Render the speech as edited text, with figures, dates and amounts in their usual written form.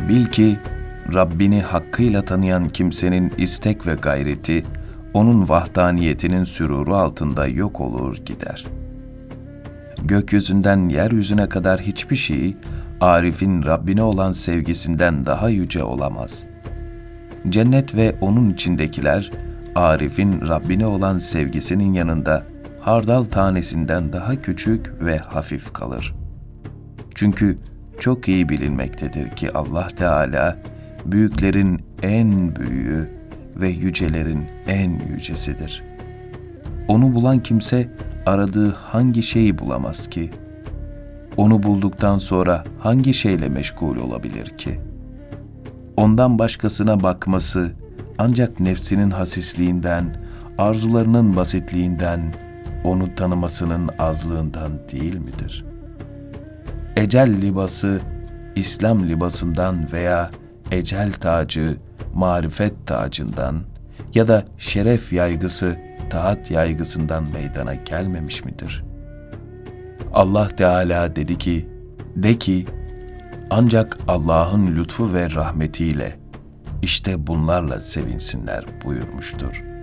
Bil ki Rabbini hakkıyla tanıyan kimsenin istek ve gayreti, onun vahdaniyetinin süruru altında yok olur gider. Gökyüzünden yeryüzüne kadar hiçbir şey, Arif'in Rabbine olan sevgisinden daha yüce olamaz. Cennet ve onun içindekiler, Arif'in Rabbine olan sevgisinin yanında hardal tanesinden daha küçük ve hafif kalır. Çünkü çok iyi bilinmektedir ki Allah Teala, büyüklerin en büyüğü ve yücelerin en yücesidir. Onu bulan kimse aradığı hangi şeyi bulamaz ki? Onu bulduktan sonra hangi şeyle meşgul olabilir ki? Ondan başkasına bakması ancak nefsinin hasisliğinden, arzularının basitliğinden, onu tanımasının azlığından değil midir? Ecel libası, İslam libasından veya ecel tacı, marifet tacından ya da şeref yaygısı, taat yaygısından meydana gelmemiş midir? Allah Teala dedi ki, de ki, ancak Allah'ın lütfu ve rahmetiyle, işte bunlarla sevinsinler buyurmuştur.